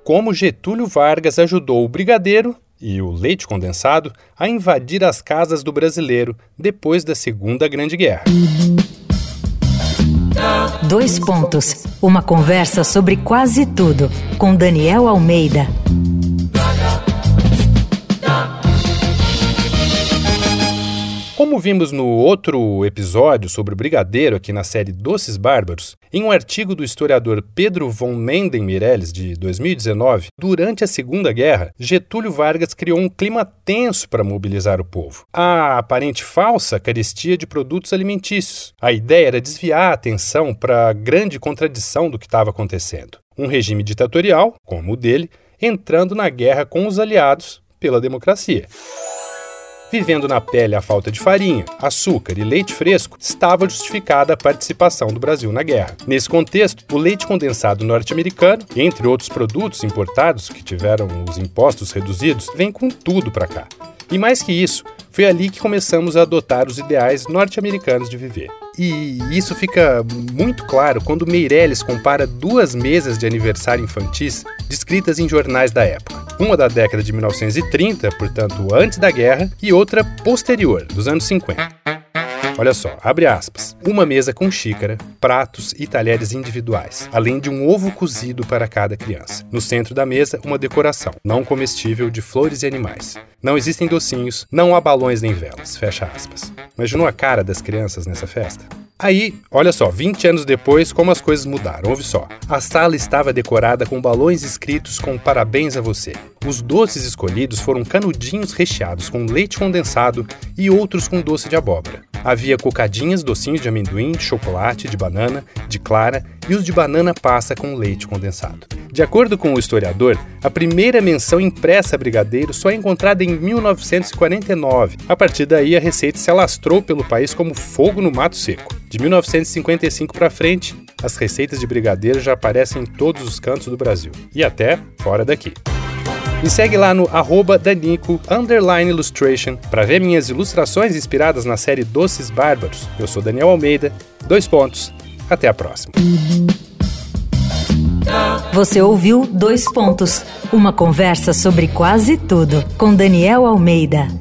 como Getúlio Vargas ajudou o brigadeiro e o leite condensado a invadir as casas do brasileiro depois da Segunda Grande Guerra. 2 pontos. Uma conversa sobre quase tudo, com Daniel Almeida. Como vimos no outro episódio sobre o brigadeiro aqui na série Doces Bárbaros, em um artigo do historiador Pedro von Menden Meirelles, de 2019, durante a Segunda Guerra, Getúlio Vargas criou um clima tenso para mobilizar o povo. A aparente falsa carestia de produtos alimentícios. A ideia era desviar a atenção para a grande contradição do que estava acontecendo. Um regime ditatorial, como o dele, entrando na guerra com os aliados pela democracia. Vivendo na pele a falta de farinha, açúcar e leite fresco, estava justificada a participação do Brasil na guerra. Nesse contexto, o leite condensado norte-americano, entre outros produtos importados que tiveram os impostos reduzidos, vem com tudo para cá. E mais que isso, foi ali que começamos a adotar os ideais norte-americanos de viver. E isso fica muito claro quando Meirelles compara 2 mesas de aniversário infantis descritas em jornais da época. Uma da década de 1930, portanto antes da guerra, e outra posterior, dos anos 50. Olha só, abre aspas. Uma mesa com xícara, pratos e talheres individuais, além de um ovo cozido para cada criança. No centro da mesa, uma decoração, não comestível, de flores e animais. Não existem docinhos, não há balões nem velas, fecha aspas. Imaginou a cara das crianças nessa festa? Aí, olha só, 20 anos depois, como as coisas mudaram, ouve só. A sala estava decorada com balões escritos com parabéns a você. Os doces escolhidos foram canudinhos recheados com leite condensado e outros com doce de abóbora. Havia cocadinhas, docinhos de amendoim, de chocolate, de banana, de clara e os de banana passa com leite condensado. De acordo com o historiador, a primeira menção impressa a brigadeiro só é encontrada em 1949. A partir daí, a receita se alastrou pelo país como fogo no mato seco. De 1955 para frente, as receitas de brigadeiro já aparecem em todos os cantos do Brasil. E até fora daqui. Me segue lá no @danico_illustration para ver minhas ilustrações inspiradas na série Doces Bárbaros. Eu sou Daniel Almeida. 2 pontos. Até a próxima. Você ouviu 2 pontos. Uma conversa sobre quase tudo com Daniel Almeida.